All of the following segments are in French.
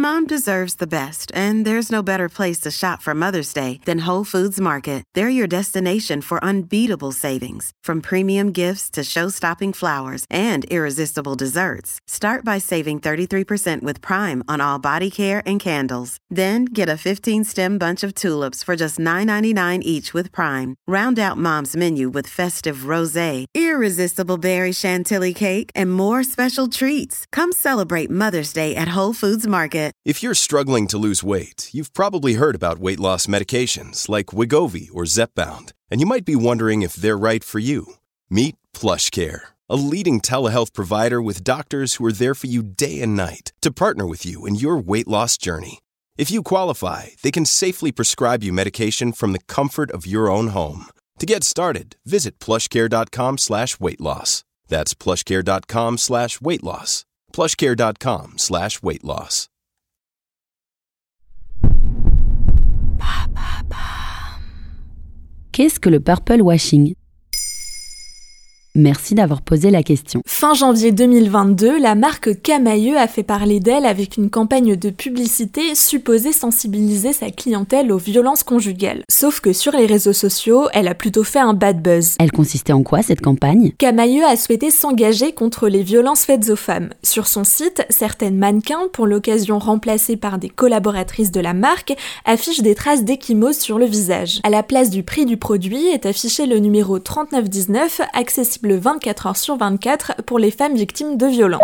Mom deserves the best, and there's no better place to shop for Mother's Day than Whole Foods Market. They're your destination for unbeatable savings, from premium gifts to show-stopping flowers and irresistible desserts. Start by saving 33% with Prime on all body care and candles. Then get a 15-stem bunch of tulips for just $9.99 each with Prime. Round out Mom's menu with festive rosé, irresistible berry chantilly cake, and more special treats. Come celebrate Mother's Day at Whole Foods Market. If you're struggling to lose weight, you've probably heard about weight loss medications like Wegovy or Zepbound, and you might be wondering if they're right for you. Meet PlushCare, a leading telehealth provider with doctors who are there for you day and night to partner with you in your weight loss journey. If you qualify, they can safely prescribe you medication from the comfort of your own home. To get started, visit plushcare.com/weightloss. That's plushcare.com/weightloss. plushcare.com/weightloss. Qu'est-ce que le purple washing ? Merci d'avoir posé la question. Fin janvier 2022, la marque Camaïeu a fait parler d'elle avec une campagne de publicité supposée sensibiliser sa clientèle aux violences conjugales. Sauf que sur les réseaux sociaux, elle a plutôt fait un bad buzz. Elle consistait en quoi, cette campagne ? Camaïeu a souhaité s'engager contre les violences faites aux femmes. Sur son site, certaines mannequins, pour l'occasion remplacées par des collaboratrices de la marque, affichent des traces d'ecchymose sur le visage. À la place du prix du produit est affiché le numéro 3919, accessible 24 heures sur 24 pour les femmes victimes de violences.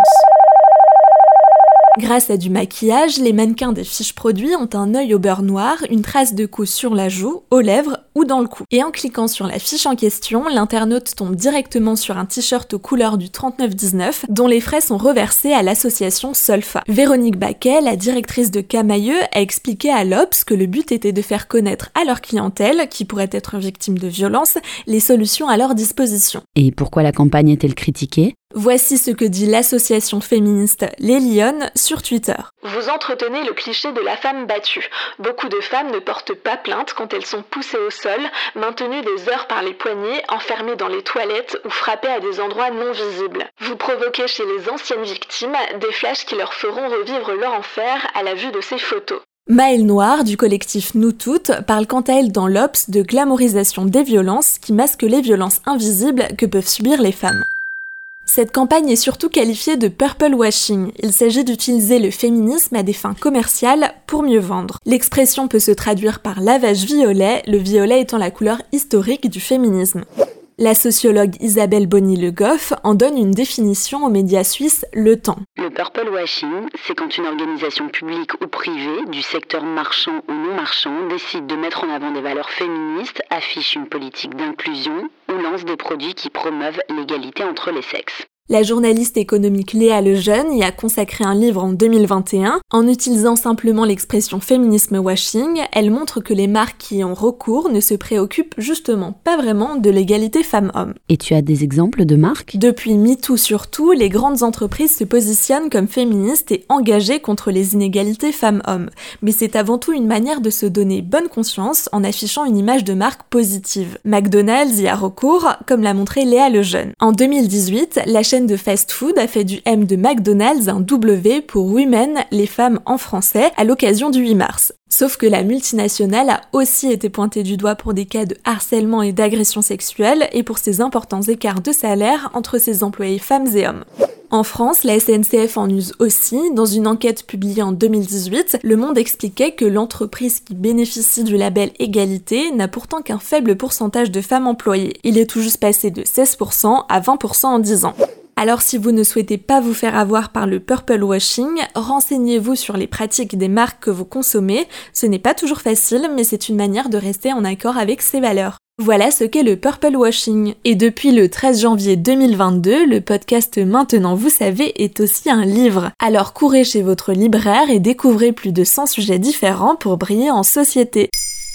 Grâce à du maquillage, les mannequins des fiches produits ont un œil au beurre noir, une trace de coup sur la joue, aux lèvres ou dans le cou. Et en cliquant sur la fiche en question, l'internaute tombe directement sur un t-shirt aux couleurs du 3919 dont les frais sont reversés à l'association Solfa. Véronique Baquet, la directrice de Camaïeu, a expliqué à l'Obs que le but était de faire connaître à leur clientèle, qui pourrait être victime de violences, les solutions à leur disposition. Et pourquoi la campagne est-elle critiquée ? Voici ce que dit l'association féministe Les Lyonnes sur Twitter. Vous entretenez le cliché de la femme battue. Beaucoup de femmes ne portent pas plainte quand elles sont poussées au sol, maintenues des heures par les poignets, enfermées dans les toilettes ou frappées à des endroits non visibles. Vous provoquez chez les anciennes victimes des flashs qui leur feront revivre leur enfer à la vue de ces photos. Maëlle Noir, du collectif Nous Toutes, parle quant à elle dans l'Obs de glamorisation des violences qui masquent les violences invisibles que peuvent subir les femmes. Cette campagne est surtout qualifiée de purple washing. Il s'agit d'utiliser le féminisme à des fins commerciales pour mieux vendre. L'expression peut se traduire par lavage violet, le violet étant la couleur historique du féminisme. La sociologue Isabelle Bonny-Le Goff en donne une définition aux médias suisses Le Temps. Le purple washing, c'est quand une organisation publique ou privée, du secteur marchand ou non marchand, décide de mettre en avant des valeurs féministes, affiche une politique d'inclusion ou lance des produits qui promeuvent l'égalité entre les sexes. La journaliste économique Léa Lejeune y a consacré un livre en 2021. En utilisant simplement l'expression féminisme washing, elle montre que les marques qui y ont recours ne se préoccupent justement pas vraiment de l'égalité femmes-hommes. Et tu as des exemples de marques ? Depuis MeToo surtout, les grandes entreprises se positionnent comme féministes et engagées contre les inégalités femmes-hommes. Mais c'est avant tout une manière de se donner bonne conscience en affichant une image de marque positive. McDonald's y a recours, comme l'a montré Léa Lejeune. En 2018, la chaîne de fast-food a fait du M de McDonald's un W pour Women, les femmes en français, à l'occasion du 8 mars. Sauf que la multinationale a aussi été pointée du doigt pour des cas de harcèlement et d'agression sexuelle et pour ses importants écarts de salaire entre ses employés femmes et hommes. En France, la SNCF en use aussi. Dans une enquête publiée en 2018, Le Monde expliquait que l'entreprise qui bénéficie du label Égalité n'a pourtant qu'un faible pourcentage de femmes employées. Il est tout juste passé de 16% à 20% en 10 ans. Alors si vous ne souhaitez pas vous faire avoir par le purple washing, renseignez-vous sur les pratiques des marques que vous consommez. Ce n'est pas toujours facile, mais c'est une manière de rester en accord avec ses valeurs. Voilà ce qu'est le purple washing. Et depuis le 13 janvier 2022, le podcast Maintenant vous savez est aussi un livre. Alors courez chez votre libraire et découvrez plus de 100 sujets différents pour briller en société.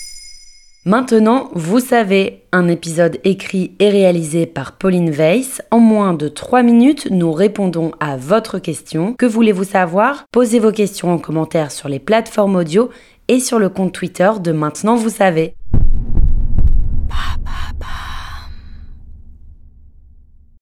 Maintenant, vous savez, un épisode écrit et réalisé par Pauline Weiss. En moins de 3 minutes, nous répondons à votre question. Que voulez-vous savoir ? Posez vos questions en commentaire sur les plateformes audio et sur le compte Twitter de Maintenant vous savez.